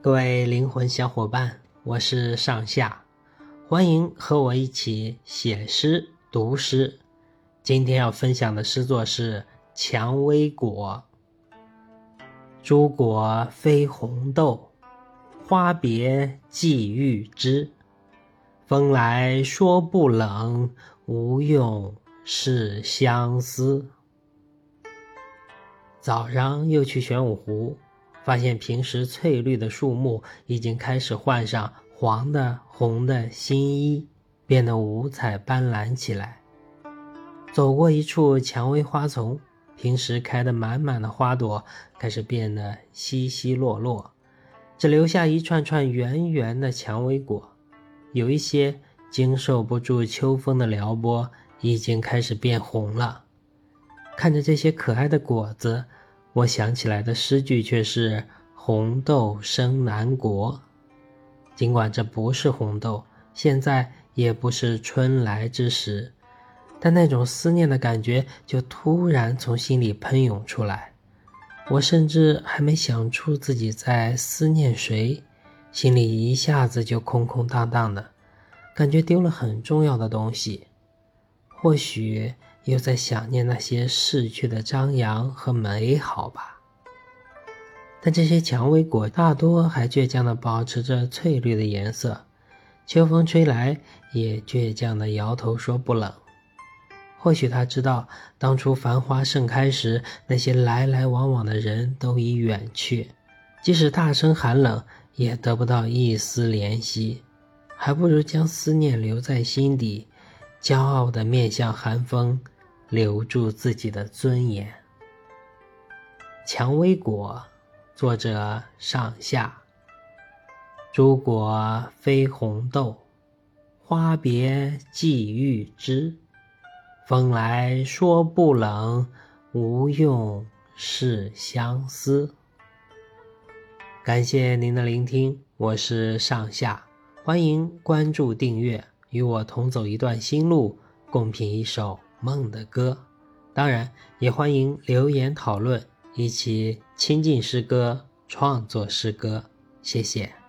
各位灵魂小伙伴，我是上下，欢迎和我一起写诗读诗。今天要分享的诗作是《蔷薇果》。诸果非红豆，花别寄欲知。风来说不冷，无用是相思。早上又去玄武湖，发现平时翠绿的树木已经开始换上黄的、红的新衣，变得五彩斑斓起来。走过一处蔷薇花丛，平时开得满满的花朵开始变得稀稀落落，只留下一串串圆圆的蔷薇果。有一些经受不住秋风的撩拨，已经开始变红了。看着这些可爱的果子，我想起来的诗句却是红豆生南国。尽管这不是红豆，现在也不是春来之时，但那种思念的感觉就突然从心里喷涌出来。我甚至还没想出自己在思念谁，心里一下子就空空荡荡的，感觉丢了很重要的东西。或许又在想念那些逝去的张扬和美好吧。但这些蔷薇果大多还倔强地保持着翠绿的颜色，秋风吹来也倔强地摇头说不冷。或许他知道，当初繁花盛开时，那些来来往往的人都已远去，即使大声寒冷，也得不到一丝怜惜，还不如将思念留在心底，骄傲地面向寒风，留住自己的尊严。蔷薇果，作者上下。诸果非红豆，花别寄欲知。风来说不冷，无用是相思。感谢您的聆听，我是上下，欢迎关注订阅，与我同走一段心路，共品一首梦的歌。当然也欢迎留言讨论，一起亲近诗歌，创作诗歌。谢谢。